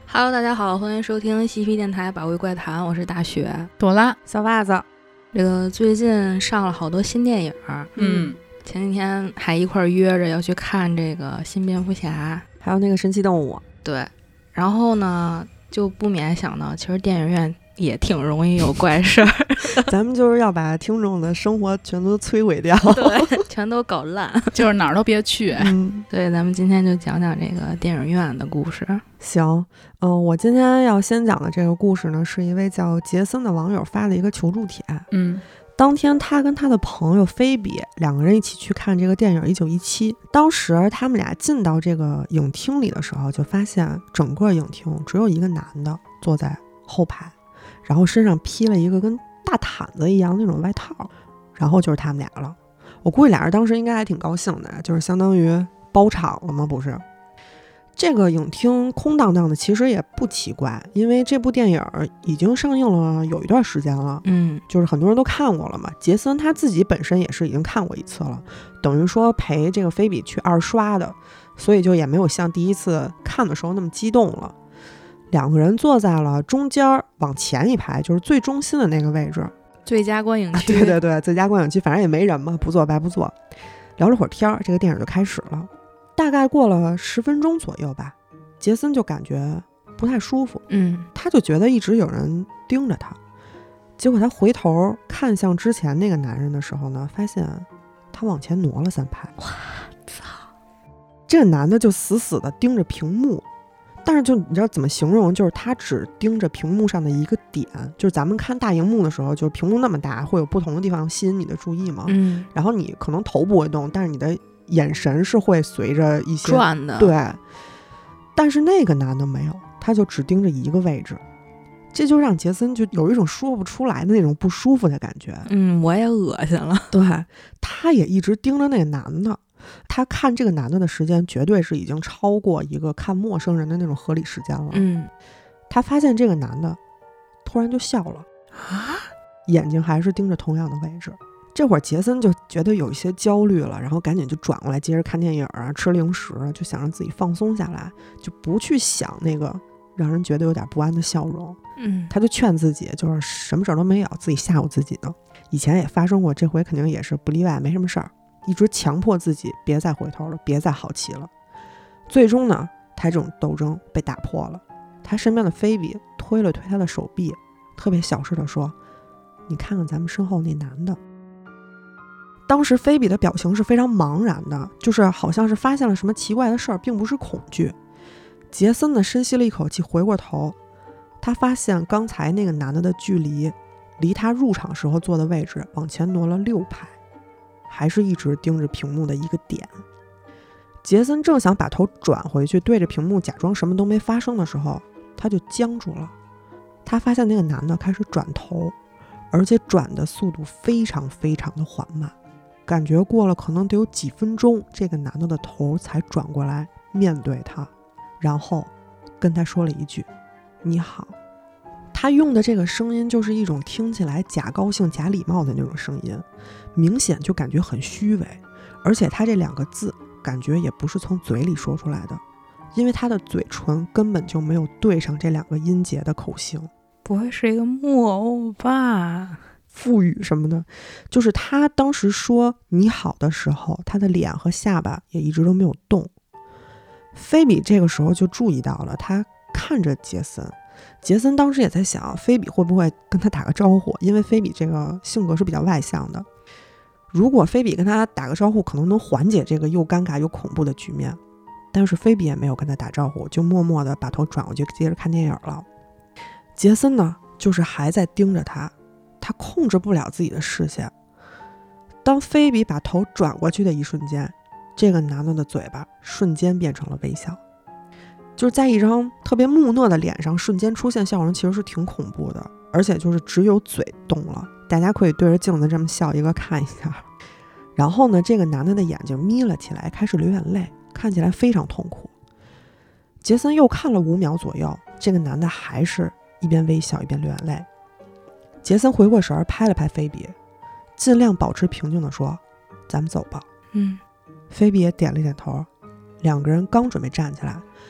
Hello， 大家好，欢迎收听西皮电台百味怪谈，我是大雪。 朵拉， 小袜子。 这个最近上了好多新电影，前几天还一块约着要去看这个新蝙蝠侠， 还有那个神奇动物。 对，然后呢就不免想到，其实电影院也挺容易有怪事儿。 咱们就是要把听众的生活全都摧毁掉， 对，全都搞烂， 就是哪儿都别去。 所以咱们今天就讲讲这个电影院的故事。 行，我今天要先讲的这个故事呢，是一位叫杰森的网友发的一个求助帖。当天他跟他的朋友菲比两个人一起去看这个电影1917，当时他们俩进到这个影厅里的时候，就发现整个影厅只有一个男的坐在后排，然后身上披了一个跟大毯子一样那种外套，然后就是他们俩了。我估计俩人当时应该还挺高兴的，就是相当于包场了吗？不是。这个影厅空荡荡的其实也不奇怪，因为这部电影已经上映了有一段时间了，就是很多人都看过了嘛。杰森他自己本身也是已经看过一次了，等于说陪这个菲比去二刷的，所以就也没有像第一次看的时候那么激动了。两个人坐在了中间往前一排，就是最中心的那个位置， 最佳观影区。 对对对，最佳观影区，反正也没人嘛，不坐白不坐。聊了会儿天，这个电影就开始了。大概过了10分钟左右吧，杰森就感觉不太舒服，他就觉得一直有人盯着他。结果他回头看向之前那个男人的时候呢，发现他往前挪了3排。 我操！ 这个男的就死死地盯着屏幕，但是就你知道怎么形容，就是他只盯着屏幕上的一个点，就是咱们看大荧幕的时候，就是屏幕那么大，会有不同的地方吸引你的注意嘛，然后你可能头不会动，但是你的眼神是会随着一些转的， 对。但是那个男的没有，他就只盯着一个位置，这就让杰森就有一种说不出来的那种不舒服的感觉。 我也恶心了。 对，他也一直盯着那个男的，他看这个男的的时间绝对是已经超过一个看陌生人的那种合理时间了。他发现这个男的突然就笑了啊，眼睛还是盯着同样的位置。这会儿杰森就觉得有一些焦虑了，然后赶紧就转过来接着看电影啊，吃零食，就想让自己放松下来，就不去想那个让人觉得有点不安的笑容。他就劝自己就是什么事儿都没有，自己吓唬自己呢。以前也发生过，这回肯定也是不例外，没什么事儿，一直强迫自己别再回头了，别再好奇了。最终呢，他这种斗争被打破了。他身边的菲比推了推他的手臂，特别小声地说：“你看看咱们身后那男的。”当时菲比的表情是非常茫然的，就是好像是发现了什么奇怪的事儿，并不是恐惧。杰森呢深吸了一口气，回过头，他发现刚才那个男的的距离离他入场时候坐的位置往前挪了6排，还是一直盯着屏幕的一个点。杰森正想把头转回去，对着屏幕假装什么都没发生的时候，他就僵住了。他发现那个男的开始转头，而且转的速度非常非常的缓慢，感觉过了可能得有几分钟，这个男的的头才转过来面对他，然后跟他说了一句：“你好。”他用的这个声音就是一种听起来假高兴假礼貌的那种声音，明显就感觉很虚伪，而且他这2个字感觉也不是从嘴里说出来的，因为他的嘴唇根本就没有对上这2个音节的口型。 不会是一个木偶吧？ 腹语什么的。就是他当时说你好的时候，他的脸和下巴也一直都没有动。菲比这个时候就注意到了，他看着杰森，杰森当时也在想菲比会不会跟他打个招呼，因为菲比这个性格是比较外向的，如果菲比跟他打个招呼，可能能缓解这个又尴尬又恐怖的局面。但是菲比也没有跟他打招呼，就默默地把头转过去接着看电影了。杰森呢，就是还在盯着他，他控制不了自己的视线。当菲比把头转过去的一瞬间，这个男的的嘴巴瞬间变成了微笑，就是在一张特别木讷的脸上瞬间出现笑容，其实是挺恐怖的，而且就是只有嘴动了。大家可以对着镜子这么笑一个看一下。然后呢，这个男的的眼睛眯了起来，开始流眼泪，看起来非常痛苦。杰森又看了5秒左右，这个男的还是一边微笑一边流眼泪。杰森回过神拍了拍菲比，尽量保持平静地说：“咱们走吧。”菲比也点了点头。2个人刚准备站起来，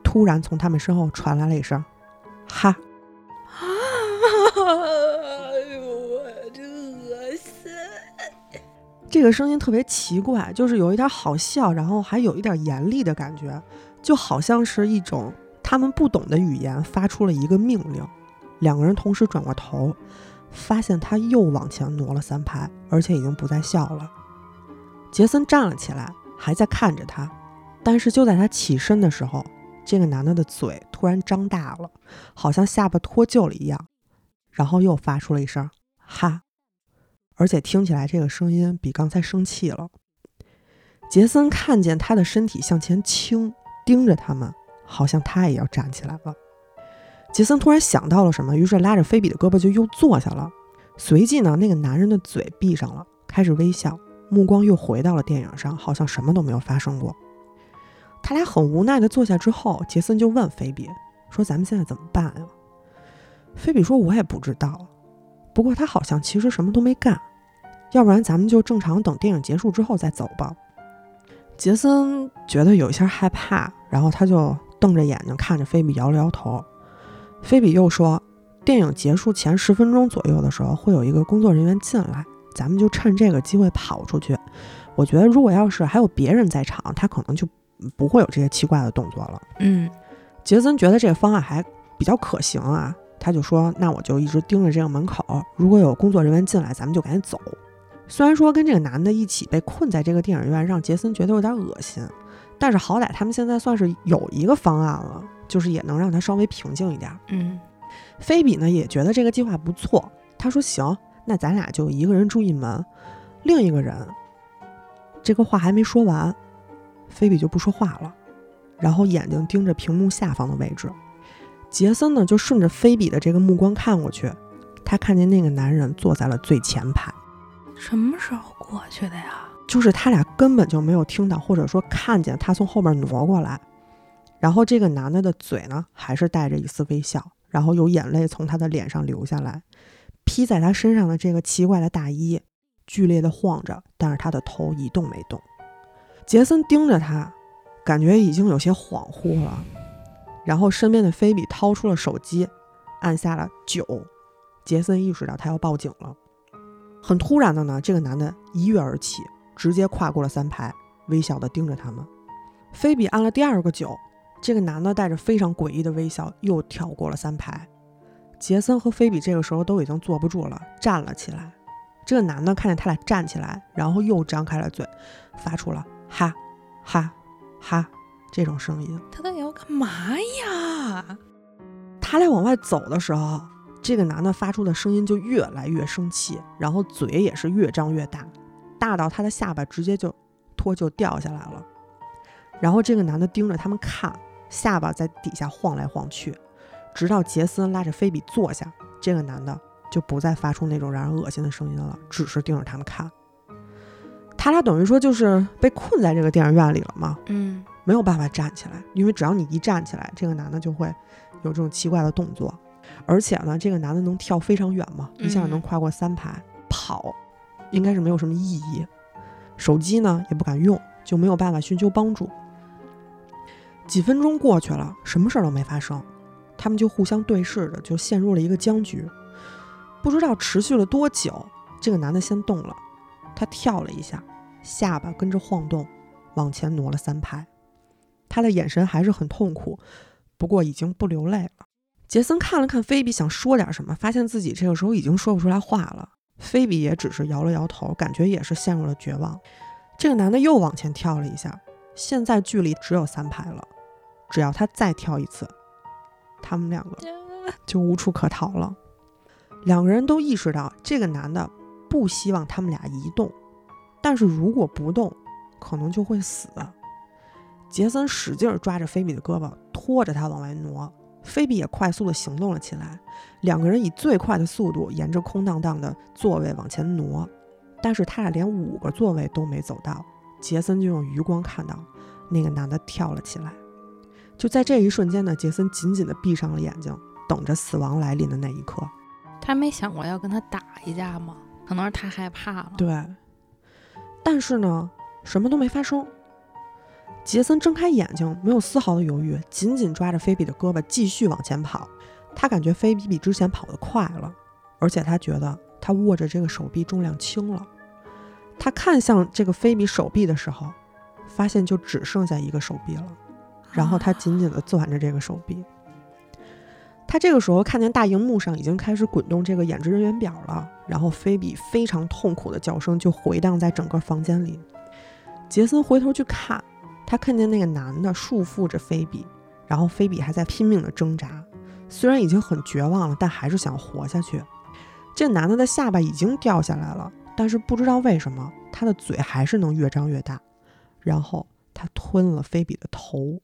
突然从他们身后传来了一声哈。 哎呦，我这恶心！ 这个声音特别奇怪，就是有一点好笑，然后还有一点严厉的感觉，就好像是一种他们不懂的语言发出了一个命令。两个人同时转过头，发现他又往前挪了3拍，而且已经不再笑了。杰森站了起来，还在看着他，但是就在他起身的时候，这个男的的嘴突然张大了，好像下巴脱臼了一样，然后又发出了一声哈，而且听起来这个声音比刚才生气了。杰森看见他的身体向前倾，盯着他们，好像他也要站起来了。杰森突然想到了什么，于是拉着菲比的胳膊就又坐下了。随即呢，那个男人的嘴闭上了，开始微笑，目光又回到了电影上，好像什么都没有发生过。他俩很无奈地坐下之后，杰森就问菲比说，咱们现在怎么办呀？菲比说，我也不知道，不过他好像其实什么都没干，要不然咱们就正常等电影结束之后再走吧。杰森觉得有一些害怕，然后他就瞪着眼睛看着菲比，摇了摇头。菲比又说，电影结束前10分钟左右的时候会有一个工作人员进来，咱们就趁这个机会跑出去。我觉得如果要是还有别人在场，他可能就不会有这些奇怪的动作了。杰森觉得这个方案还比较可行啊，他就说，那我就一直盯着这个门口，如果有工作人员进来，咱们就赶紧走。虽然说跟这个男的一起被困在这个电影院让杰森觉得有点恶心，但是好歹他们现在算是有一个方案了，就是也能让他稍微平静一点。菲比呢也觉得这个计划不错，他说行，那咱俩就一个人注意门，另一个人，这个话还没说完，菲比就不说话了，然后眼睛盯着屏幕下方的位置。杰森呢就顺着菲比的这个目光看过去，他看见那个男人坐在了最前排。 什么时候过去的呀？ 就是他俩根本就没有听到，或者说看见他从后边挪过来。然后这个男的的嘴呢还是带着一丝微笑，然后有眼泪从他的脸上流下来。披在他身上的这个奇怪的大衣剧烈的晃着，但是他的头一动没动。杰森盯着他，感觉已经有些恍惚了。然后身边的菲比掏出了手机，按下了9。杰森意识到他要报警了。很突然的呢，这个男的一跃而起，直接跨过了3排，微笑地盯着他们。菲比按了第2个9，这个男的带着非常诡异的微笑又跳过了3排。杰森和菲比这个时候都已经坐不住了，站了起来。这个男的看见他俩站起来，然后又张开了嘴，发出了哈哈哈这种声音。 他到底要干嘛呀？ 他俩往外走的时候，这个男的发出的声音就越来越生气，然后嘴也是越张越大，大到他的下巴直接就掉下来了。然后这个男的盯着他们看，下巴在底下晃来晃去，直到杰森拉着菲比坐下，这个男的就不再发出那种让人恶心的声音了，只是盯着他们看。他俩等于说就是被困在这个电影院里了嘛，没有办法站起来，因为只要你一站起来，这个男的就会有这种奇怪的动作。而且呢，这个男的能跳非常远嘛，一下能跨过3排，跑应该是没有什么意义。手机呢也不敢用，就没有办法寻求帮助。几分钟过去了，什么事都没发生，他们就互相对视着，就陷入了一个僵局。不知道持续了多久，这个男的先动了，他跳了一下，下巴跟着晃动，往前挪了3排。他的眼神还是很痛苦，不过已经不流泪了。杰森看了看菲比，想说点什么，发现自己这个时候已经说不出来话了。菲比也只是摇了摇头，感觉也是陷入了绝望。这个男的又往前跳了一下，现在距离只有3排了，只要他再跳一次，他们两个就无处可逃了。两个人都意识到这个男的不希望他们俩移动，但是如果不动可能就会死。杰森使劲抓着菲比的胳膊，拖着他往外挪，菲比也快速地行动了起来。两个人以最快的速度沿着空荡荡的座位往前挪，但是他俩连5个座位都没走到，杰森就用余光看到那个男的跳了起来。就在这一瞬间呢，杰森紧紧地闭上了眼睛，等着死亡来临的那一刻。 他没想过要跟他打一架吗？可能是太害怕了。 对，但是呢什么都没发生。 杰森睁开眼睛，没有丝毫的犹豫，紧紧抓着菲比的胳膊继续往前跑。他感觉菲比比之前跑得快了，而且他觉得他握着这个手臂重量轻了。他看向这个菲比手臂的时候，发现就只剩下一个手臂了，然后他紧紧地攥着这个手臂。他这个时候看见大荧幕上已经开始滚动这个演职人员表了，然后菲比非常痛苦的叫声就回荡在整个房间里。杰森回头去看，他看见那个男的束缚着菲比，然后菲比还在拼命的挣扎，虽然已经很绝望了，但还是想活下去。这男的的下巴已经掉下来了，但是不知道为什么他的嘴还是能越张越大，然后他吞了菲比的头。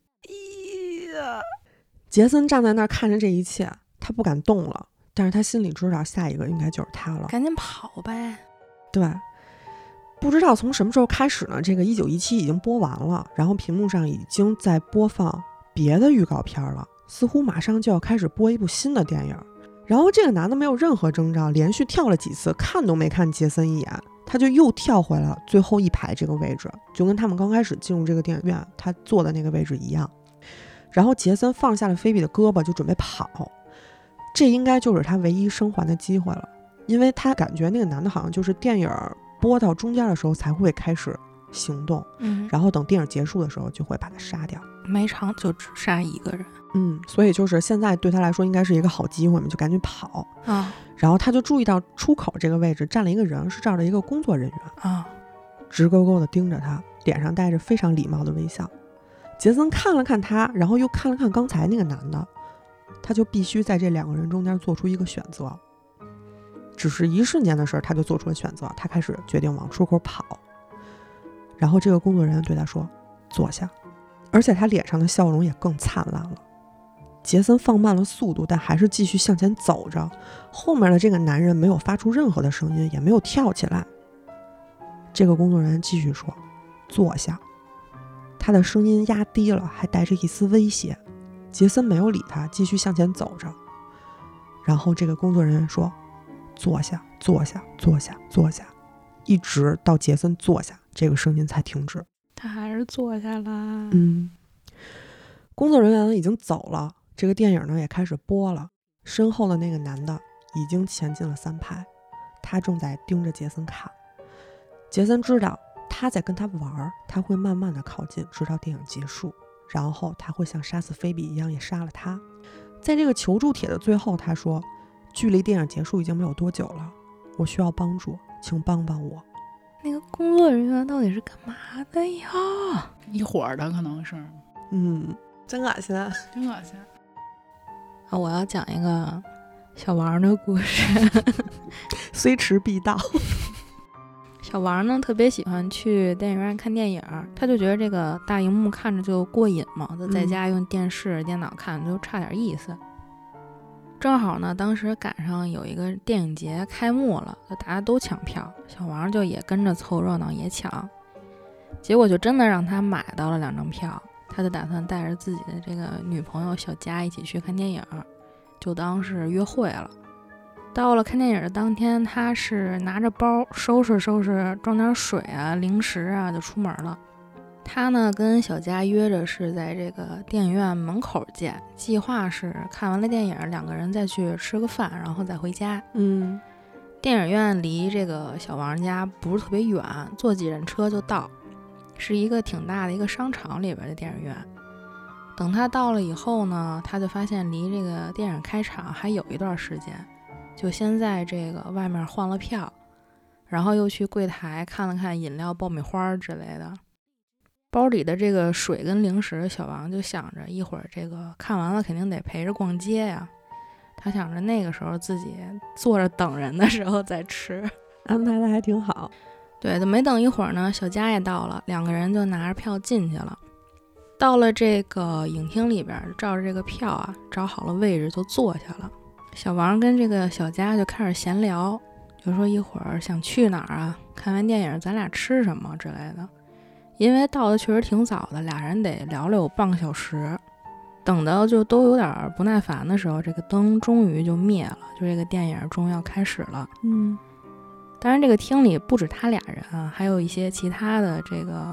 杰森站在那儿看着这一切，他不敢动了，但是他心里知道下一个应该就是他了， 赶紧跑呗。 对，不知道从什么时候开始呢，这个1917已经播完了，然后屏幕上已经在播放别的预告片了，似乎马上就要开始播一部新的电影。然后这个男的没有任何征兆，连续跳了几次，看都没看杰森一眼，他就又跳回了最后一排这个位置，就跟他们刚开始进入这个电影院他坐的那个位置一样。然后杰森放下了菲比的胳膊，就准备跑，这应该就是他唯一生还的机会了，因为他感觉那个男的好像就是电影播到中间的时候才会开始行动，然后等电影结束的时候就会把他杀掉， 每场就只杀一个人。 所以就是现在对他来说应该是一个好机会嘛，就赶紧跑啊。 然后他就注意到出口这个位置站了一个人，是这儿的一个工作人员啊， 直勾勾的盯着他，脸上带着非常礼貌的微笑。杰森看了看他，然后又看了看刚才那个男的，他就必须在这两个人中间做出一个选择。只是一瞬间的事，他就做出了选择，他开始决定往出口跑。然后这个工作人员对他说坐下，而且他脸上的笑容也更灿烂了。杰森放慢了速度，但还是继续向前走着，后面的这个男人没有发出任何的声音，也没有跳起来。这个工作人员继续说坐下，他的声音压低了，还带着一丝威胁。杰森没有理他，继续向前走着。然后这个工作人员说坐下，坐下，坐下，坐下，一直到杰森坐下，这个声音才停止。 他还是坐下啦。 工作人员已经走了，这个电影呢也开始播了。身后的那个男的已经前进了3排，他正在盯着杰森看。杰森知道他在跟他玩，他会慢慢的靠近，直到电影结束，然后他会像杀死菲比一样也杀了他。在这个求助帖的最后，他说距离电影结束已经没有多久了，我需要帮助，请帮帮我。 那个工作人员到底是干嘛的呀？ 一伙儿的可能是。 真恶心， 真恶心啊！我要讲一个小王的故事， 虽迟必到。 小王呢特别喜欢去电影院看电影，他就觉得这个大荧幕看着就过瘾嘛，就在家用电视、电脑看就差点意思。正好呢，当时赶上有一个电影节开幕了，就大家都抢票，小王就也跟着凑热闹也抢，结果就真的让他买到了2张票。他就打算带着自己的这个女朋友小佳一起去看电影，就当是约会了。到了看电影的当天，他是拿着包收拾收拾，装点水啊、零食啊就出门了。他呢跟小佳约着是在这个电影院门口见，计划是看完了电影2个人再去吃个饭，然后再回家。电影院离这个小王家不是特别远，坐几站车就到，是一个挺大的一个商场里边的电影院。等他到了以后呢，他就发现离这个电影开场还有一段时间，就先在这个外面换了票，然后又去柜台看了看饮料、爆米花之类的。包里的这个水跟零食，小王就想着一会儿这个看完了肯定得陪着逛街呀，他想着那个时候自己坐着等人的时候再吃， 安排的还挺好。 对，没等一会儿呢，小佳也到了，2个人就拿着票进去了。到了这个影厅里边，照着这个票啊，找好了位置就坐下了。小王跟这个小佳就开始闲聊，就说一会儿想去哪儿啊，看完电影咱俩吃什么之类的。因为到的确实挺早的，2人得聊聊半个小时。等到就都有点不耐烦的时候，这个灯终于就灭了，就这个电影终于要开始了。当然这个厅里不止他2人啊，还有一些其他的这个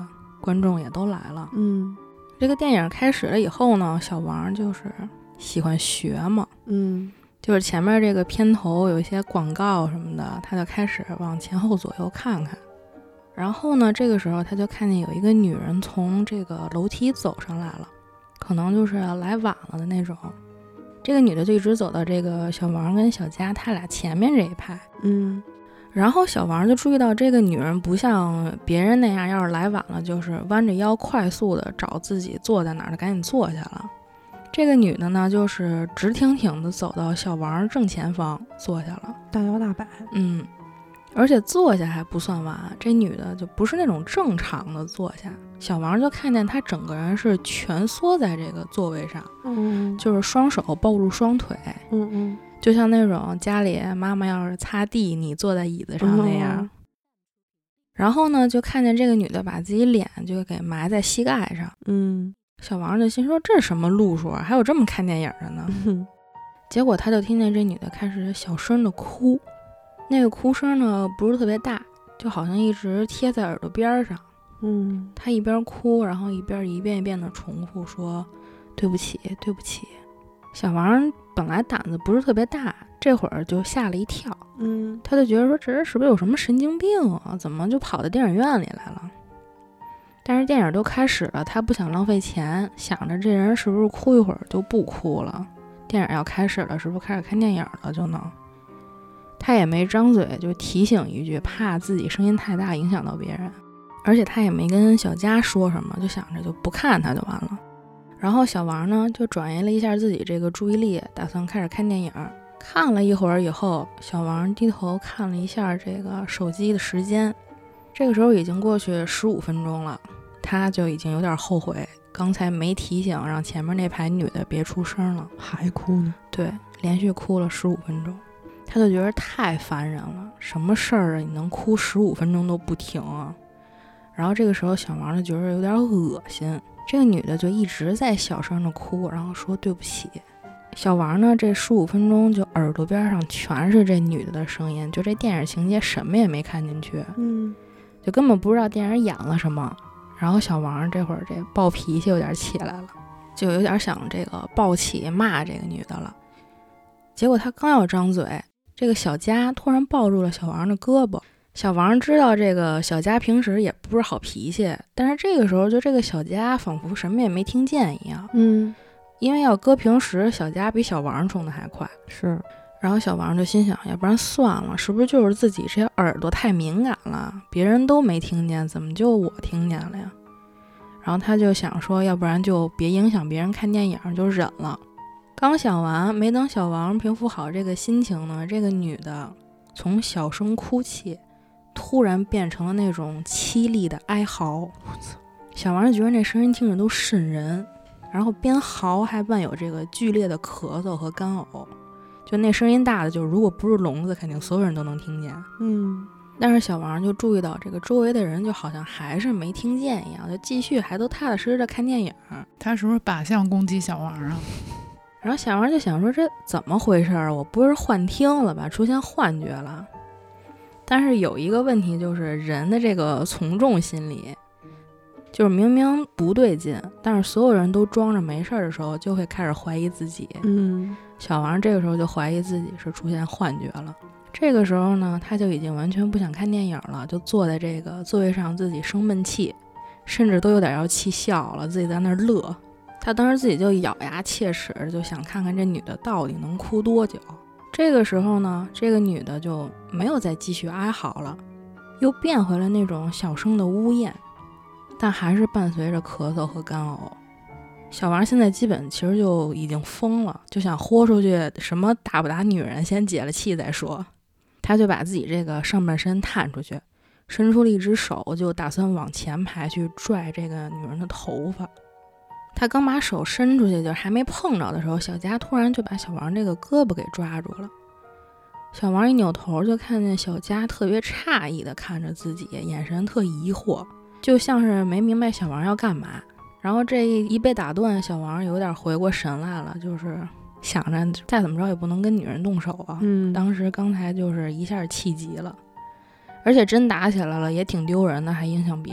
观众也都来了。这个电影开始了以后呢，小王就是喜欢学嘛，就是前面这个片头有一些广告什么的，他就开始往前后左右看看。然后呢，这个时候他就看见有一个女人从这个楼梯走上来了，可能就是来晚了的那种。这个女的就一直走到这个小王跟小佳他俩前面这一排。然后小王就注意到这个女人不像别人那样，要是来晚了就是弯着腰快速的找自己坐在哪儿就赶紧坐下了。这个女的呢，就是直挺挺的走到小王正前方坐下了， 大摇大摆。 而且坐下还不算完，这女的就不是那种正常的坐下，小王就看见她整个人是蜷缩在这个座位上，就是双手抱住双腿，就像那种家里妈妈要是擦地，你坐在椅子上那样。然后呢，就看见这个女的把自己脸就给埋在膝盖上。小王就心说这是什么路数啊，还有这么看电影的呢？结果他就听见这女的开始小声的哭，那个哭声呢不是特别大，就好像一直贴在耳朵边上。他一边哭，然后一遍一遍的重复说对不起对不起。小王本来胆子不是特别大，这会儿就吓了一跳。他就觉得说这人是不是有什么神经病啊，怎么就跑到电影院里来了？但是电影都开始了，他不想浪费钱，想着这人是不是哭一会儿就不哭了，电影要开始了，是不是开始看电影了就能。他也没张嘴就提醒一句，怕自己声音太大影响到别人，而且他也没跟小佳说什么，就想着就不看他就完了。然后小王呢就转移了一下自己这个注意力，打算开始看电影。看了一会儿以后，小王低头看了一下这个手机的时间，这个时候已经过去15分钟了，他就已经有点后悔刚才没提醒让前面那排女的别出声了。 还哭呢？ 对，连续哭了15分钟。他就觉得太烦人了，什么事儿啊你能哭15分钟都不停啊。然后这个时候小王就觉得有点恶心，这个女的就一直在小声的哭，然后说对不起。小王呢这15分钟就耳朵边上全是这女的的声音，就这电影情节什么也没看进去，就根本不知道电影演了什么。然后小王这会儿这暴脾气有点起来了，就有点想这个暴起骂这个女的了。结果他刚要张嘴，这个小佳突然抱住了小王的胳膊。小王知道这个小佳平时也不是好脾气，但是这个时候就这个小佳仿佛什么也没听见一样。因为要搁平时，小佳比小王冲的还快。 是。 然后小王就心想，要不然算了，是不是就是自己这些耳朵太敏感了，别人都没听见，怎么就我听见了呀？然后他就想说，要不然就别影响别人看电影，就忍了。刚想完，没等小王平复好这个心情呢，这个女的从小声哭泣突然变成了那种凄厉的哀嚎。小王就觉得那声音听着都瘆人，然后边嚎还伴有这个剧烈的咳嗽和干呕，就那声音大的，就如果不是聋子肯定所有人都能听见。但是小王就注意到这个周围的人就好像还是没听见一样，就继续还都踏踏实实的看电影。 他是不是靶向攻击小王啊？ 然后小王就想说这怎么回事儿，我不是幻听了吧，出现幻觉了。但是有一个问题，就是人的这个从众心理，就是明明不对劲，但是所有人都装着没事的时候，就会开始怀疑自己。小王这个时候就怀疑自己是出现幻觉了。这个时候呢，他就已经完全不想看电影了，就坐在这个座位上自己生闷气，甚至都有点要气笑了，自己在那儿乐。他当时自己就咬牙切齿，就想看看这女的到底能哭多久。这个时候呢，这个女的就没有再继续哀嚎了，又变回了那种小声的呜咽，但还是伴随着咳嗽和干呕。小王现在基本其实就已经疯了，就想豁出去，什么打不打女人先解了气再说。他就把自己这个上半身探出去，伸出了一只手，就打算往前排去拽这个女人的头发。他刚把手伸出去，就还没碰着的时候，小佳突然就把小王这个胳膊给抓住了。小王一扭头就看见小佳特别诧异的看着自己，眼神特疑惑，就像是没明白小王要干嘛。然后这一被打断，小王有点回过神来了，就是想着再怎么着也不能跟女人动手啊。当时刚才就是一下气急了，而且真打起来了也挺丢人的，还影响别人。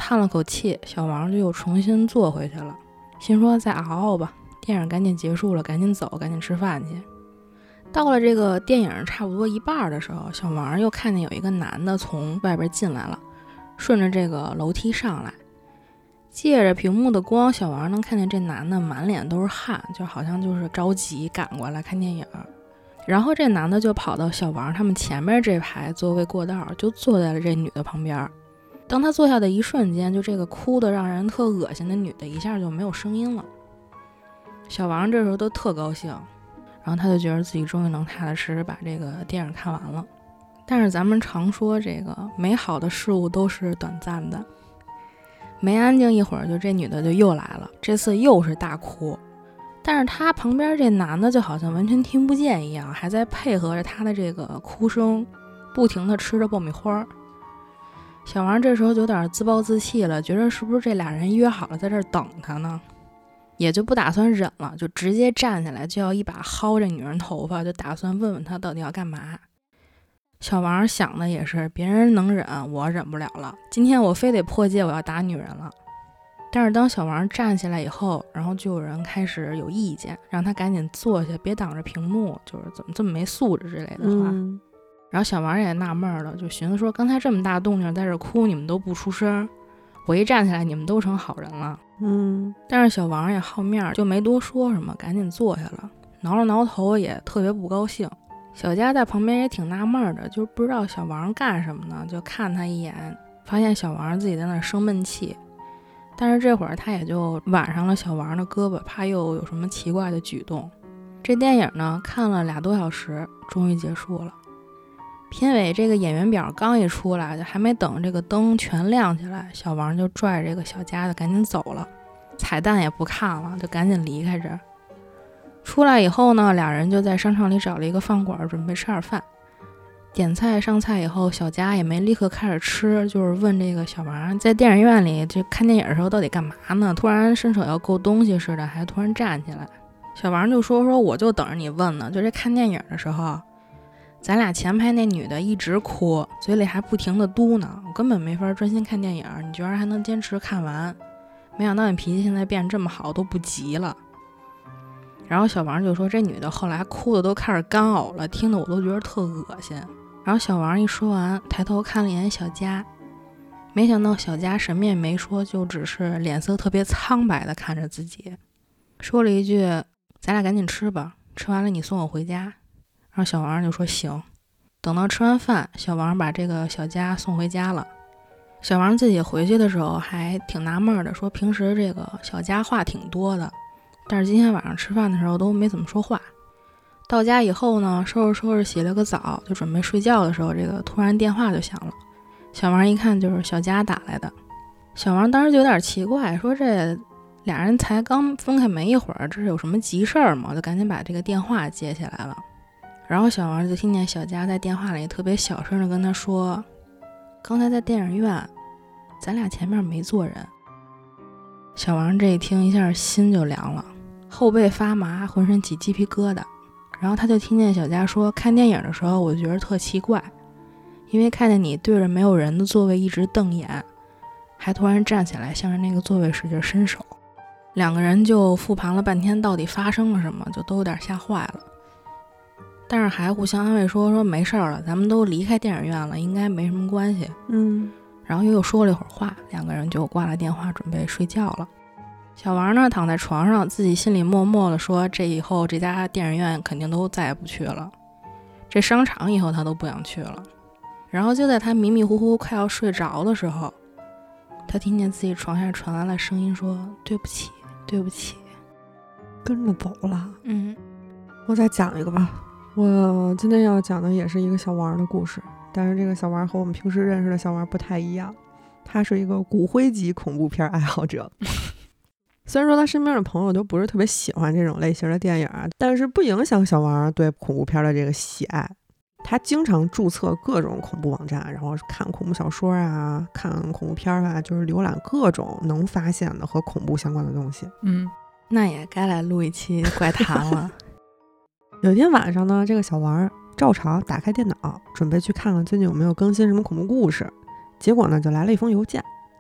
叹了口气，小王就又重新坐回去了，心说再熬熬吧，电影赶紧结束了，赶紧走，赶紧吃饭去。到了这个电影差不多一半的时候，小王又看见有一个男的从外边进来了，顺着这个楼梯上来，借着屏幕的光，小王能看见这男的满脸都是汗，就好像就是着急赶过来看电影。然后这男的就跑到小王他们前面这排座位过道，就坐在了这女的旁边。当他坐下的一瞬间，就这个哭的让人特恶心的女的一下就没有声音了。小王这时候都特高兴，然后他就觉得自己终于能踏踏实实把这个电影看完了。但是咱们常说这个美好的事物都是短暂的，没安静一会儿，就这女的就又来了，这次又是大哭。但是他旁边这男的就好像完全听不见一样，还在配合着他的这个哭声，不停地吃着爆米花。小王这时候就有点自暴自弃了，觉得是不是这俩人约好了在这儿等他呢，也就不打算忍了，就直接站起来就要一把薅这女人头发，就打算问问他到底要干嘛。小王想的也是，别人能忍，我忍不了了，今天我非得破戒，我要打女人了。但是当小王站起来以后，然后就有人开始有意见，让他赶紧坐下，别挡着屏幕，就是怎么这么没素质之类的话。然后小王也纳闷了，就寻思说，刚才这么大动静在这哭，你们都不出声，我一站起来你们都成好人了。但是小王也好面，就没多说什么，赶紧坐下了，挠了挠头，也特别不高兴。小佳在旁边也挺纳闷的，就不知道小王干什么呢，就看他一眼，发现小王自己在那生闷气。但是这会儿他也就挽上了小王的胳膊，怕又有什么奇怪的举动。这电影呢看了2多小时，终于结束了。片尾这个演员表刚一出来，就还没等这个灯全亮起来，小王就拽这个小佳的赶紧走了，彩蛋也不看了，就赶紧离开这儿。出来以后呢，俩人就在商场里找了一个饭馆，准备吃点饭。点菜上菜以后，小佳也没立刻开始吃，就是问这个小王在电影院里这看电影的时候到底干嘛呢，突然伸手要够东西似的，还突然站起来。小王就说我就等着你问呢，就这看电影的时候，咱俩前排那女的一直哭，嘴里还不停的嘟囔，我根本没法专心看电影，你居然还能坚持看完，没想到你脾气现在变这么好，都不急了。然后小王就说，这女的后来哭的都开始干呕了，听得我都觉得特恶心。然后小王一说完，抬头看了一眼小佳，没想到小佳什么也没说，就只是脸色特别苍白的看着自己，说了一句，咱俩赶紧吃吧，吃完了你送我回家。然后小王就说行。等到吃完饭，小王把这个小佳送回家了。小王自己回去的时候还挺纳闷的，说平时这个小佳话挺多的，但是今天晚上吃饭的时候都没怎么说话。到家以后呢，收拾洗了个澡，就准备睡觉的时候，这个突然电话就响了。小王一看就是小佳打来的。小王当时就有点奇怪，说这俩人才刚分开没一会儿，这是有什么急事儿吗？就赶紧把这个电话接起来了。然后小王就听见小佳在电话里特别小声的跟他说，刚才在电影院咱俩前面没坐人。小王这一听一下心就凉了，后背发麻，浑身起鸡皮疙瘩。然后他就听见小佳说，看电影的时候我觉得特奇怪，因为看见你对着没有人的座位一直瞪眼，还突然站起来向着那个座位使劲伸手。两个人就复盘了半天到底发生了什么，就都有点吓坏了，但是还互相安慰说没事了，咱们都离开电影院了，应该没什么关系。然后又说了一会儿话，两个人就挂了电话准备睡觉了。小王呢躺在床上，自己心里默默地说，这以后这家电影院肯定都再也不去了，这商场以后他都不想去了。然后就在他迷迷糊糊快要睡着的时候，他听见自己床下传来了声音，说对不起对不起， 跟着走了。我再讲一个吧，我今天要讲的也是一个小王的故事，但是这个小王和我们平时认识的小王不太一样，他是一个骨灰级恐怖片爱好者。虽然说他身边的朋友都不是特别喜欢这种类型的电影，但是不影响小王对恐怖片的这个喜爱。他经常注册各种恐怖网站，然后看恐怖小说啊，看恐怖片啊，就是浏览各种能发现的和恐怖相关的东西。 那也该来录一期怪谈了。 有一天晚上呢，这个小王照常打开电脑，准备去看看最近有没有更新什么恐怖故事。结果呢，就来了一封邮件。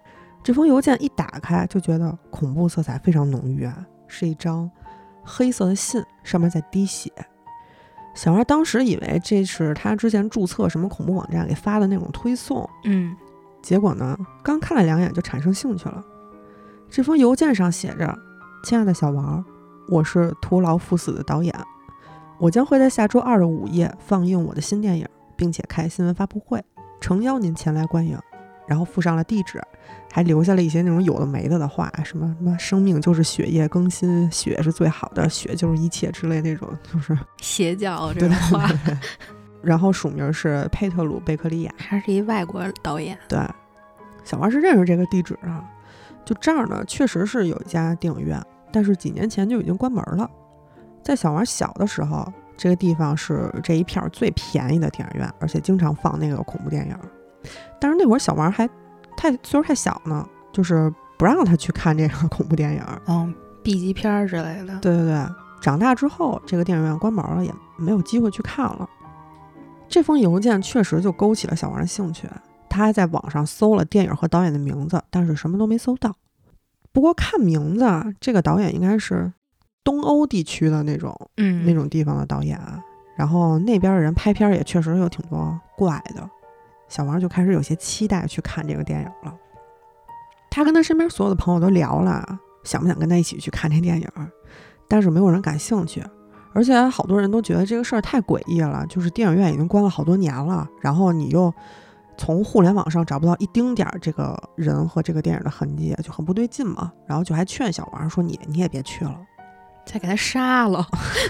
这封邮件一打开就觉得恐怖色彩非常浓郁啊，是一张黑色的信，上面在滴血。小孩当时以为这是他之前注册什么恐怖网站给发的那种推送，结果呢刚看了2眼就产生兴趣了。这封邮件上写着：亲爱的小王，我是徒劳赴死的导演，我将会在下周2的午夜放映我的新电影，并且开新闻发布会，诚邀您前来观影。然后附上了地址，还留下了一些那种有的没的话，什么生命就是血液更新，血是最好的，血就是一切之类那种，就是邪教这种话。 然后署名是佩特鲁·贝克利亚， 还是一外国导演。 对，小王是认识这个地址的。就这儿呢，确实是有一家电影院，但是几年前就已经关门了。在小王小的时候，这个地方是这一片最便宜的电影院，而且经常放那个恐怖电影。但是那会儿小王还岁数太小呢，就是不让他去看这个恐怖电影 ，B 级片之类的。 对对对，长大之后这个电影院关门了，也没有机会去看了。这封邮件确实就勾起了小王的兴趣，他还在网上搜了电影和导演的名字，但是什么都没搜到。不过看名字，这个导演应该是东欧地区的那种地方的导演，然后那边的人拍片也确实有挺多怪的。小王就开始有些期待去看这个电影了。他跟他身边所有的朋友都聊了，想不想跟他一起去看这电影，但是没有人感兴趣。而且好多人都觉得这个事儿太诡异了，就是电影院已经关了好多年了，然后你又从互联网上找不到一丁点这个人和这个电影的痕迹，就很不对劲嘛。然后就还劝小王说你也别去了， 再给他杀了。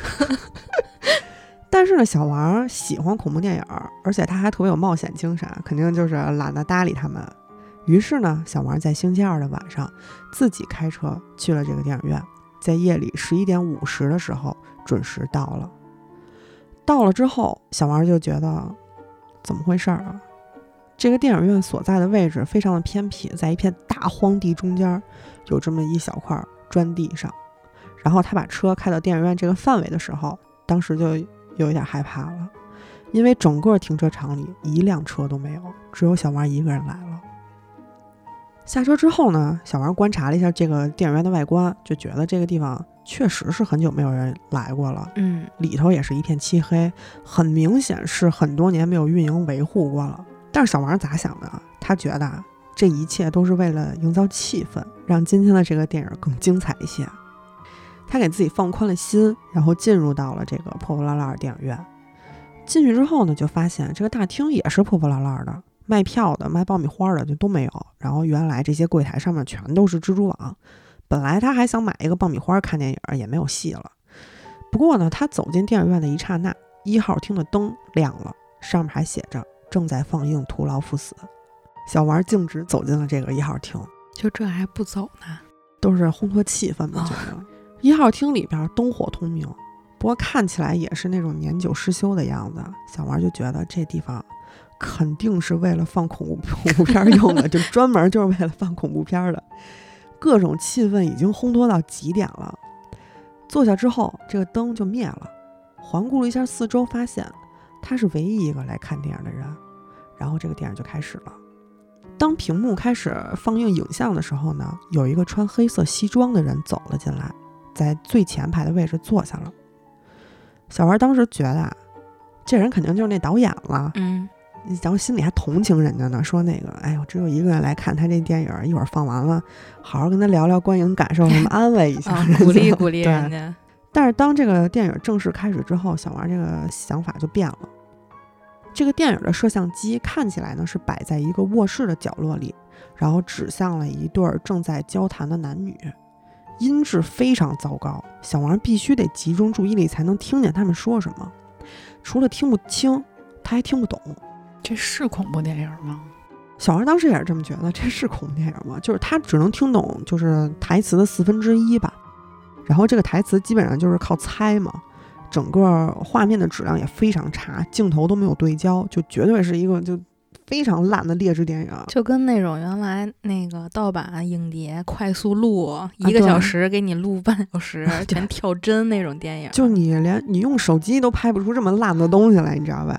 但是呢，小王喜欢恐怖电影，而且他还特别有冒险精神，肯定就是懒得搭理他们。于是呢，小王在星期2的晚上自己开车去了这个电影院，在夜里11点50的时候准时到了。到了之后，小王就觉得怎么回事啊？这个电影院所在的位置非常的偏僻，在一片大荒地中间，有这么一小块砖地上。然后他把车开到电影院这个范围的时候，当时就有一点害怕了，因为整个停车场里一辆车都没有，只有小王一个人来了。下车之后呢，小王观察了一下这个电影院的外观，就觉得这个地方确实是很久没有人来过了，里头也是一片漆黑，很明显是很多年没有运营维护过了。但是小王咋想的？他觉得这一切都是为了营造气氛，让今天的这个电影更精彩一些。他给自己放宽了心，然后进入到了这个破破烂烂的电影院。进去之后呢，就发现这个大厅也是破破烂烂的，卖票的、卖爆米花的就都没有。然后原来这些柜台上面全都是蜘蛛网。本来他还想买一个爆米花看电影，也没有戏了。不过呢，他走进电影院的一刹那，1号厅的灯亮了，上面还写着正在放映《徒劳赴死》。小王径直走进了这个1号厅。 就这还不走呢？ 都是烘托气氛嘛，觉得。1号厅里边灯火通明，不过看起来也是那种年久失修的样子。小王就觉得这地方肯定是为了放恐怖片用的，就专门就是为了放恐怖片的。各种气氛已经烘托到极点了。坐下之后，这个灯就灭了，环顾了一下四周，发现他是唯一一个来看电影的人。然后这个电影就开始了。当屏幕开始放映影像的时候呢，有一个穿黑色西装的人走了进来，在最前排的位置坐下了。小王当时觉得这人肯定就是那导演了，然后心里还同情人家呢，说那个哎呦，只有一个人来看他这电影，一会儿放完了好好跟他聊聊观影感受，什么安慰一下鼓励鼓励人家。 但是当这个电影正式开始之后，小王这个想法就变了。这个电影的摄像机看起来呢是摆在一个卧室的角落里，然后指向了一对正在交谈的男女，音质非常糟糕，小王必须得集中注意力才能听见他们说什么。除了听不清，他还听不懂。 这是恐怖电影吗？ 小王当时也是这么觉得，这是恐怖电影吗？就是他只能听懂就是台词的1/4吧，然后这个台词基本上就是靠猜嘛。整个画面的质量也非常差，镜头都没有对焦，就绝对是一个就非常烂的劣质电影， 就跟那种原来那个盗版影碟快速录1个小时给你录半小时，全跳帧那种电影， 就你用手机都拍不出这么烂的东西来，你知道吧？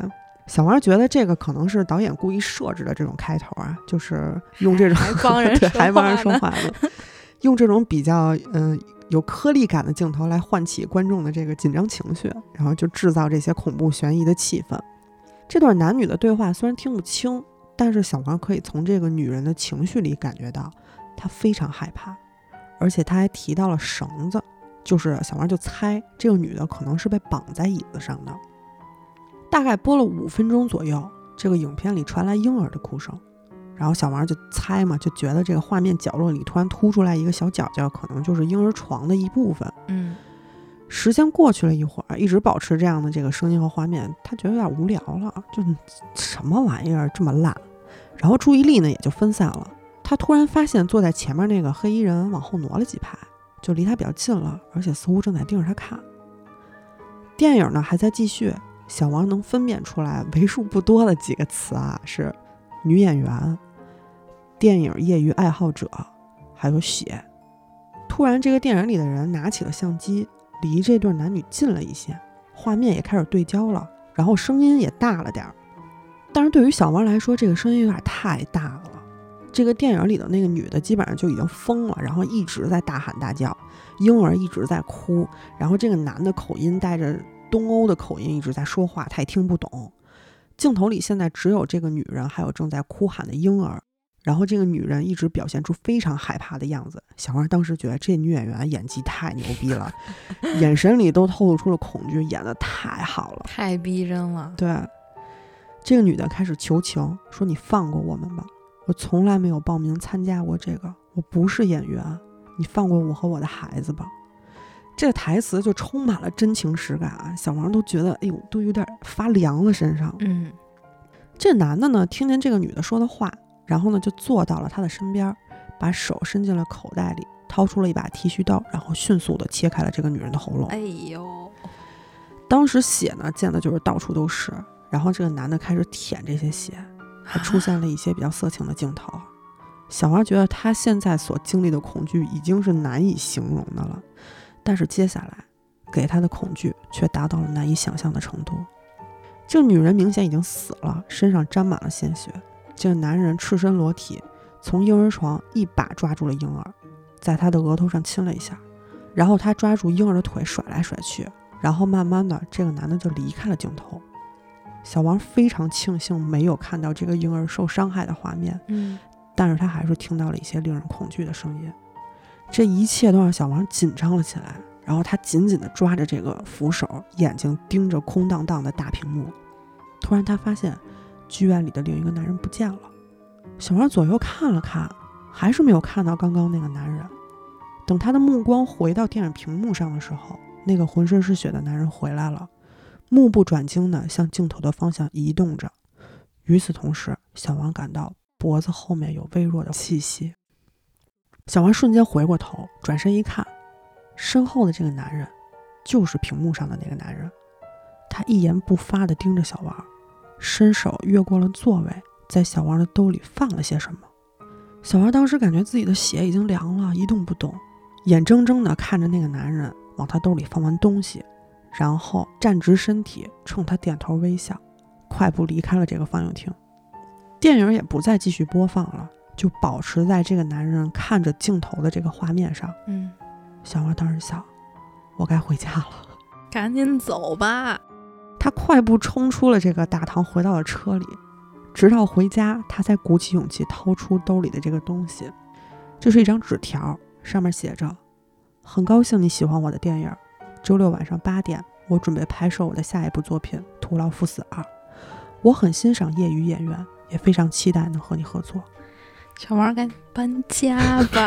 小王觉得这个可能是导演故意设置的这种开头啊，就是用这种还帮人对还帮人说话呢，用这种比较有颗粒感的镜头来唤起观众的这个紧张情绪，然后就制造这些恐怖悬疑的气氛。这段男女的对话虽然听不清，但是小王可以从这个女人的情绪里感觉到她非常害怕，而且她还提到了绳子，就是小王就猜这个女的可能是被绑在椅子上的。大概播了5分钟左右，这个影片里传来婴儿的哭声，然后小王就猜嘛，就觉得这个画面角落里突然凸出来一个小角角，可能就是婴儿床的一部分。时间过去了一会儿，一直保持这样的这个声音和画面，他觉得有点无聊了，就什么玩意儿这么烂，然后注意力呢也就分散了。他突然发现坐在前面那个黑衣人往后挪了几排，就离他比较近了，而且似乎正在盯着他看。电影呢还在继续，小王能分辨出来为数不多的几个词啊，是女演员、电影业余爱好者，还有血。突然这个电影里的人拿起了相机，离这对男女近了一些，画面也开始对焦了，然后声音也大了点。但是对于小王来说，这个声音有点太大了。这个电影里的那个女的基本上就已经疯了，然后一直在大喊大叫，婴儿一直在哭，然后这个男的口音带着东欧的口音一直在说话，他也听不懂。镜头里现在只有这个女人还有正在哭喊的婴儿，然后这个女人一直表现出非常害怕的样子。小王当时觉得这女演员演技太牛逼了，眼神里都透露出了恐惧，演得太好了， 太逼真了。 对，这个女的开始求情，说你放过我们吧，我从来没有报名参加过这个，我不是演员，你放过我和我的孩子吧。这个台词就充满了真情实感啊，小王都觉得哎呦都有点发凉了身上。这男的呢听见这个女的说的话，然后呢就坐到了她的身边，把手伸进了口袋里，掏出了一把剃须刀，然后迅速的切开了这个女人的喉咙。 哎呦， 当时血呢溅的就是到处都是，然后这个男的开始舔这些血，还出现了一些比较色情的镜头。小王觉得他现在所经历的恐惧已经是难以形容的了，但是接下来给他的恐惧却达到了难以想象的程度。这个女人明显已经死了，身上沾满了鲜血。这个男人赤身裸体从婴儿床一把抓住了婴儿，在他的额头上亲了一下，然后他抓住婴儿的腿甩来甩去，然后慢慢的这个男的就离开了镜头。小王非常庆幸没有看到这个婴儿受伤害的画面，但是他还是听到了一些令人恐惧的声音。这一切都让小王紧张了起来，然后他紧紧地抓着这个扶手，眼睛盯着空荡荡的大屏幕。突然他发现剧院里的另一个男人不见了。小王左右看了看，还是没有看到刚刚那个男人。等他的目光回到电影屏幕上的时候，那个浑身是血的男人回来了，目不转睛地向镜头的方向移动着。与此同时，小王感到脖子后面有微弱的气息。小王瞬间回过头，转身一看，身后的这个男人就是屏幕上的那个男人。他一言不发地盯着小王，伸手越过了座位，在小王的兜里放了些什么。小王当时感觉自己的血已经凉了，一动不动，眼睁睁地看着那个男人往他兜里放完东西，然后站直身体冲他点头微笑，快步离开了这个放映厅。电影也不再继续播放了，就保持在这个男人看着镜头的这个画面上。小王当时想，我该回家了， 赶紧走吧。 他快步冲出了这个大堂，回到了车里，直到回家他才鼓起勇气掏出兜里的这个东西。这是一张纸条，上面写着，很高兴你喜欢我的电影，周六晚上8点我准备拍摄我的下一部作品《徒劳赴死2》，我很欣赏业余演员，也非常期待能和你合作。 小王该搬家吧。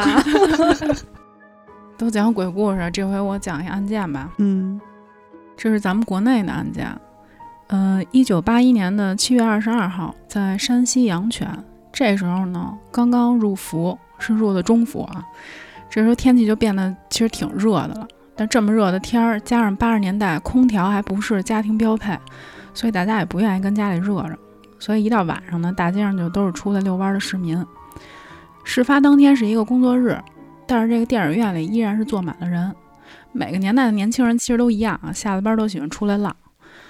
都讲鬼故事，这回我讲一案件吧。 这是咱们国内的案件。1981年的7月22号，在山西阳泉。这时候呢，刚刚入伏，是入的中伏啊。这时候天气就变得其实挺热的了，但这么热的天儿，加上80年代空调还不是家庭标配，所以大家也不愿意跟家里热着。所以一到晚上呢，大街上就都是出来遛弯的市民。事发当天是一个工作日，但是这个电影院里依然是坐满了人。每个年代的年轻人其实都一样啊，下了班都喜欢出来浪。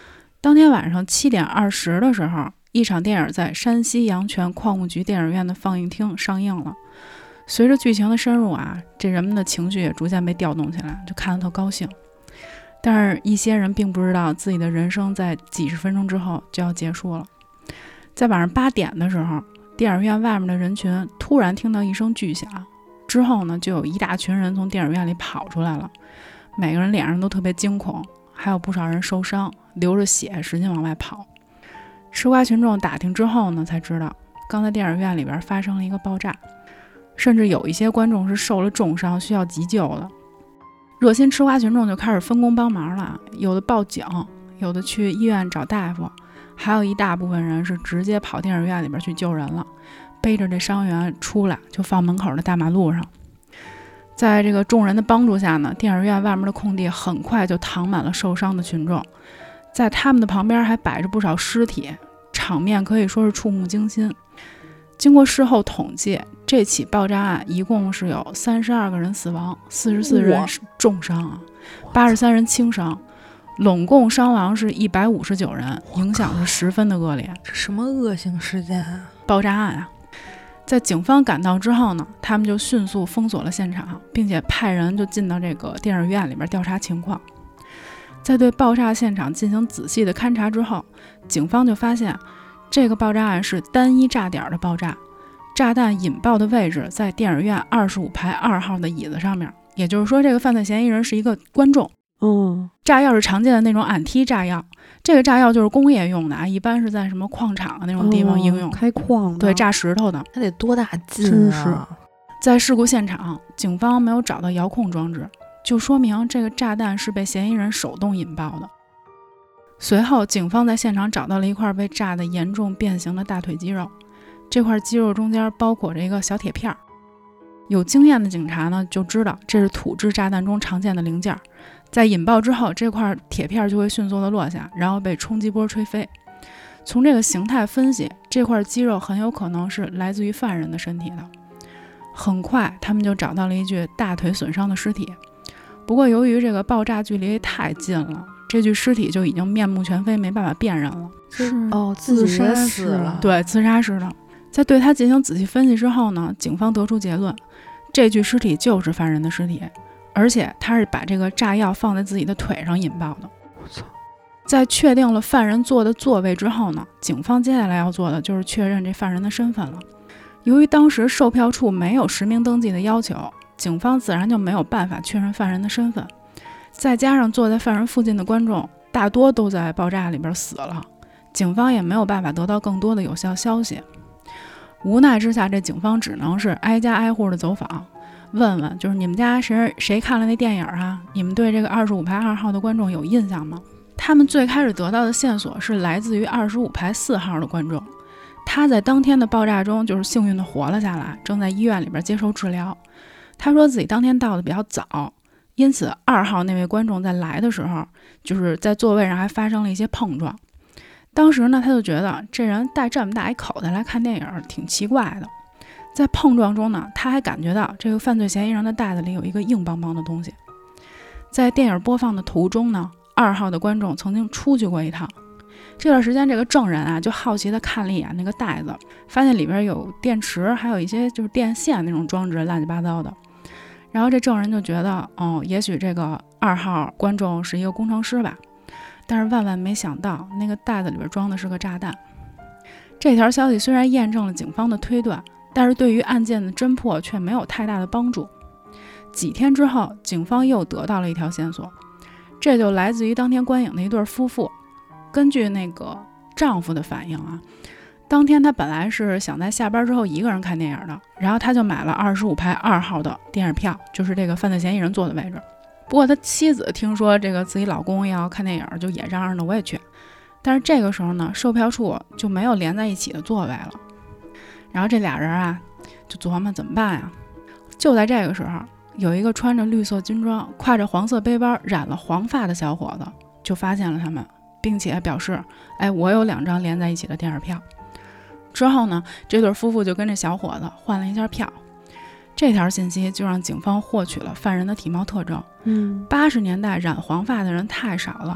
当天晚上7点20的时候，一场电影在山西阳泉矿务局电影院的放映厅上映了。随着剧情的深入啊，这人们的情绪也逐渐被调动起来，就看得特高兴。但是一些人并不知道自己的人生在几十分钟之后就要结束了。在晚上8点的时候，电影院外面的人群突然听到一声巨响，之后呢，就有一大群人从电影院里跑出来了，每个人脸上都特别惊恐，还有不少人受伤，流着血使劲往外跑。吃瓜群众打听之后呢，才知道刚才电影院里边发生了一个爆炸，甚至有一些观众是受了重伤，需要急救的。热心吃瓜群众就开始分工帮忙了，有的报警，有的去医院找大夫，还有一大部分人是直接跑电影院里边去救人了，背着这伤员出来就放门口的大马路上。在这个众人的帮助下呢，电影院外面的空地很快就躺满了受伤的群众，在他们的旁边还摆着不少尸体，场面可以说是触目惊心。经过事后统计，这起爆炸案一共是有32个人死亡，44人重伤啊，83人轻伤，拢共伤亡是159人，影响是十分的恶劣。 这什么恶性事件啊？ 爆炸案啊！在警方赶到之后呢，他们就迅速封锁了现场，并且派人就进到这个电影院里边调查情况。在对爆炸现场进行仔细的勘查之后，警方就发现这个爆炸案是单一炸点的爆炸，炸弹引爆的位置在电影院25排2号的椅子上面，也就是说这个犯罪嫌疑人是一个观众。炸药是常见的那种按梯炸药，这个炸药就是工业用的啊，一般是在什么矿场那种地方应用， 开矿的， 对，炸石头的。 那得多大劲啊！ 真是。 在事故现场，警方没有找到遥控装置，就说明这个炸弹是被嫌疑人手动引爆的。随后警方在现场找到了一块被炸得严重变形的大腿肌肉，这块肌肉中间包裹着一个小铁片。有经验的警察呢就知道这是土制炸弹中常见的零件，在引爆之后这块铁片就会迅速的落下，然后被冲击波吹飞。从这个形态分析，这块肌肉很有可能是来自于犯人的身体的。很快他们就找到了一具大腿损伤的尸体，不过由于这个爆炸距离太近了，这具尸体就已经面目全非，没办法辨认了。 是自杀死了。 对，自杀式的。在对他进行仔细分析之后呢，警方得出结论，这具尸体就是犯人的尸体，而且他是把这个炸药放在自己的腿上引爆的。在确定了犯人坐的座位之后呢，警方接下来要做的就是确认这犯人的身份了。由于当时售票处没有实名登记的要求，警方自然就没有办法确认犯人的身份。再加上坐在犯人附近的观众大多都在爆炸里边死了，警方也没有办法得到更多的有效消息。无奈之下，这警方只能是挨家挨户的走访，问问就是你们家谁看了那电影啊？你们对这个25排2号的观众有印象吗？他们最开始得到的线索是来自于25排4号的观众，他在当天的爆炸中就是幸运的活了下来，正在医院里边接受治疗。他说自己当天到的比较早，因此2号那位观众在来的时候，就是在座位上还发生了一些碰撞。当时呢，他就觉得这人带这么大一口袋来看电影挺奇怪的。在碰撞中呢，他还感觉到这个犯罪嫌疑人的袋子里有一个硬邦邦的东西。在电影播放的途中呢，2号的观众曾经出去过一趟。这段时间这个证人啊就好奇地看了一眼那个袋子，发现里边有电池，还有一些就是电线那种装置乱七八糟的。然后这证人就觉得也许这个2号观众是一个工程师吧。但是万万没想到，那个袋子里边装的是个炸弹。这条消息虽然验证了警方的推断，但是对于案件的侦破却没有太大的帮助。几天之后，警方又得到了一条线索，这就来自于当天观影的一对夫妇。根据那个丈夫的反应啊，当天他本来是想在下班之后一个人看电影的，然后他就买了25排2号的电影票，就是这个犯罪嫌疑人坐的位置。不过他妻子听说这个自己老公要看电影，就也嚷嚷着我也去。但是这个时候呢，售票处就没有连在一起的座位了。然后这俩人啊就琢磨怎么办呀。就在这个时候，有一个穿着绿色军装、挎着黄色背包、染了黄发的小伙子就发现了他们，并且表示我有2张连在一起的电影票。之后呢，这对夫妇就跟这小伙子换了一下票。这条信息就让警方获取了犯人的体貌特征。80年代染黄发的人太少了，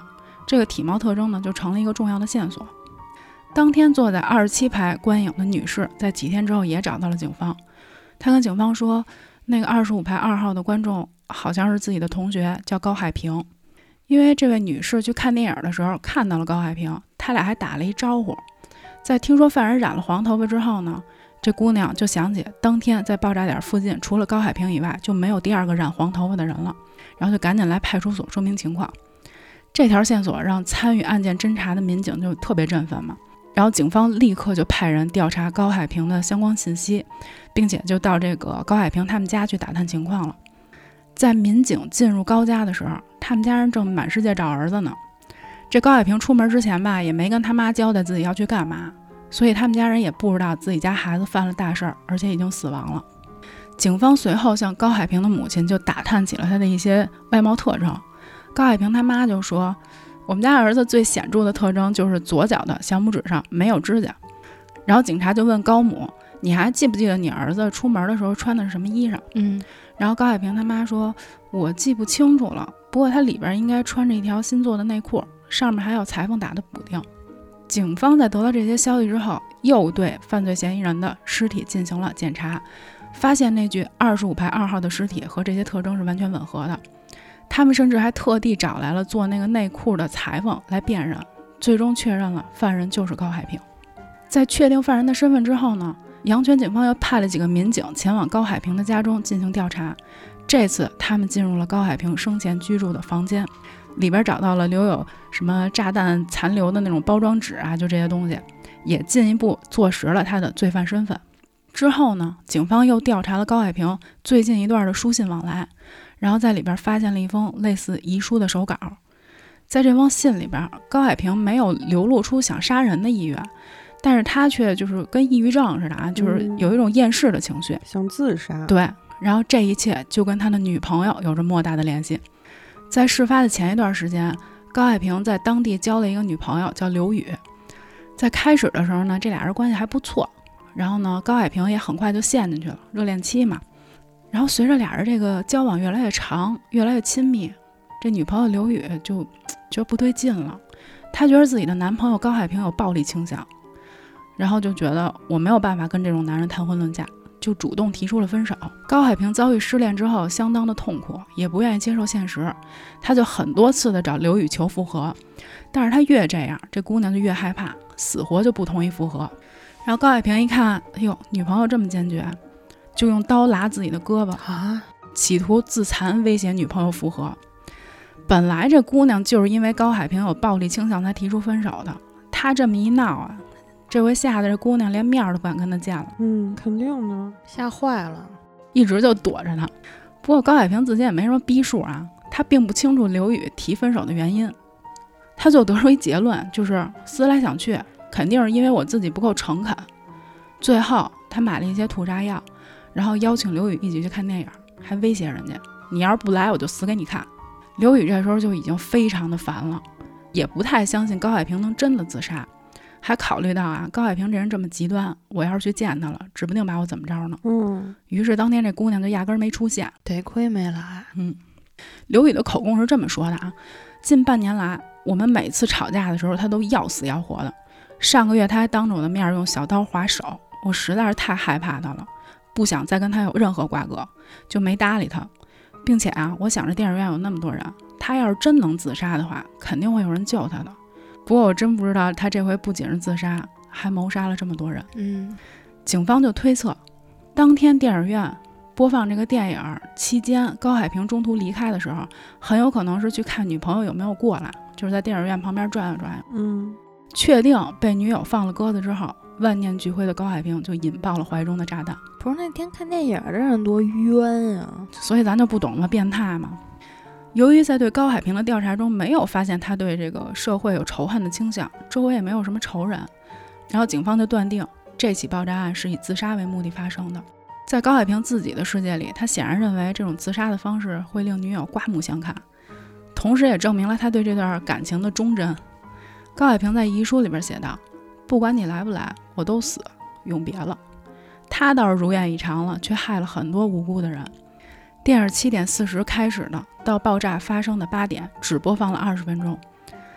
这个体貌特征呢就成了一个重要的线索。当天坐在27排观影的女士在几天之后也找到了警方，她跟警方说，那个25排2号的观众好像是自己的同学，叫高海平。因为这位女士去看电影的时候看到了高海平，他俩还打了一招呼。在听说犯人染了黄头发之后呢，这姑娘就想起当天在爆炸点附近除了高海平以外就没有第二个染黄头发的人了，然后就赶紧来派出所说明情况。这条线索让参与案件侦查的民警就特别振奋嘛，然后警方立刻就派人调查高海平的相关信息，并且就到这个高海平他们家去打探情况了。在民警进入高家的时候，他们家人正满世界找儿子呢。这高海平出门之前吧，也没跟他妈交代自己要去干嘛，所以他们家人也不知道自己家孩子犯了大事儿，而且已经死亡了。警方随后向高海平的母亲就打探起了他的一些外貌特征。高海平他妈就说，我们家儿子最显著的特征就是左脚的小拇指上没有指甲。然后警察就问高母，你还记不记得你儿子出门的时候穿的是什么衣裳？然后高海平他妈说，我记不清楚了，不过他里边应该穿着一条新做的内裤，上面还有裁缝打的补丁。警方在得到这些消息之后，又对犯罪嫌疑人的尸体进行了检查，发现那具25排2号的尸体和这些特征是完全吻合的。他们甚至还特地找来了做那个内裤的裁缝来辨认，最终确认了犯人就是高海平。在确定犯人的身份之后呢，阳泉警方又派了几个民警前往高海平的家中进行调查。这次他们进入了高海平生前居住的房间，里边找到了留有什么炸弹残留的那种包装纸啊，就这些东西，也进一步坐实了他的罪犯身份。之后呢，警方又调查了高海平最近一段的书信往来，然后在里边发现了一封类似遗书的手稿。在这封信里边，高海平没有流露出想杀人的意愿，但是他却就是跟抑郁症似的啊，就是有一种厌世的情绪， 想自杀。 对，然后这一切就跟他的女朋友有着莫大的联系。在事发的前一段时间，高海平在当地交了一个女朋友叫刘宇。在开始的时候呢，这俩人关系还不错，然后呢，高海平也很快就陷进去了，热恋期嘛。然后随着俩人这个交往越来越长，越来越亲密，这女朋友刘宇就觉得不对劲了，她觉得自己的男朋友高海平有暴力倾向，然后就觉得我没有办法跟这种男人谈婚论嫁，就主动提出了分手。高海平遭遇失恋之后相当的痛苦，也不愿意接受现实，他就很多次的找刘宇求复合，但是他越这样，这姑娘就越害怕，死活就不同意复合。然后高海平一看，哎呦，女朋友这么坚决，就用刀剌自己的胳膊啊，企图自残威胁女朋友复合。本来这姑娘就是因为高海平有暴力倾向才提出分手的，他这么一闹啊，这回吓得这姑娘连面都不敢跟他见了。 肯定的， 吓坏了， 一直就躲着他。不过高海平自己也没什么逼数啊，他并不清楚刘宇提分手的原因，他就得出一结论，就是思来想去，肯定是因为我自己不够诚恳。最后他买了一些土炸药，然后邀请刘宇一起去看电影，还威胁人家，你要是不来我就死给你看。刘宇这时候就已经非常的烦了，也不太相信高海平能真的自杀，还考虑到啊，高海平这人这么极端，我要是去见他了，指不定把我怎么着呢。于是当天这姑娘就压根没出现， 得亏没来。 刘宇的口供是这么说的啊，近半年来，我们每次吵架的时候，他都要死要活的。上个月他还当着我的面用小刀划手，我实在是太害怕他了，不想再跟他有任何瓜葛，就没搭理他。并且啊，我想着电影院有那么多人，他要是真能自杀的话，肯定会有人救他的。不过我真不知道他这回不仅是自杀，还谋杀了这么多人。警方就推测，当天电影院播放这个电影期间，高海平中途离开的时候，很有可能是去看女朋友有没有过来，就是在电影院旁边转悠转悠。确定被女友放了鸽子之后，万念俱灰的高海平就引爆了怀中的炸弹。 不是那天看电影的人多冤啊， 所以咱就不懂了，变态嘛。由于在对高海平的调查中没有发现他对这个社会有仇恨的倾向，周围也没有什么仇人，然后警方就断定这起爆炸案是以自杀为目的发生的。在高海平自己的世界里，他显然认为这种自杀的方式会令女友刮目相看，同时也证明了他对这段感情的忠贞。高海平在遗书里边写道，不管你来不来，我都死，永别了。他倒是如愿以偿了，却害了很多无辜的人。电影7点40开始的，到爆炸发生的8点，只播放了20分钟。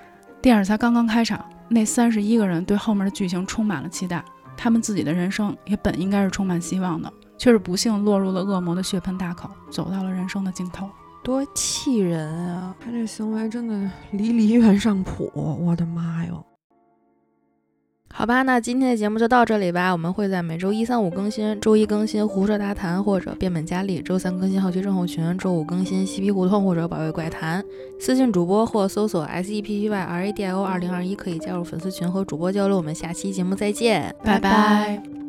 电影才刚刚开场，那31个人对后面的剧情充满了期待，他们自己的人生也本应该是充满希望的，却是不幸落入了恶魔的血盆大口，走到了人生的尽头。 多气人啊！ 他这行为真的离原上谱，我的妈哟！ 好吧，那今天的节目就到这里吧。我们会在每周1、3、5更新，周一更新胡说大谈或者变本加厉，周3更新好奇症候群，周5更新嬉皮胡同或者保卫怪谈。私信主播或搜索 SEPPYRADIO 2021可以加入粉丝群和主播交流。我们下期节目再见， 拜拜。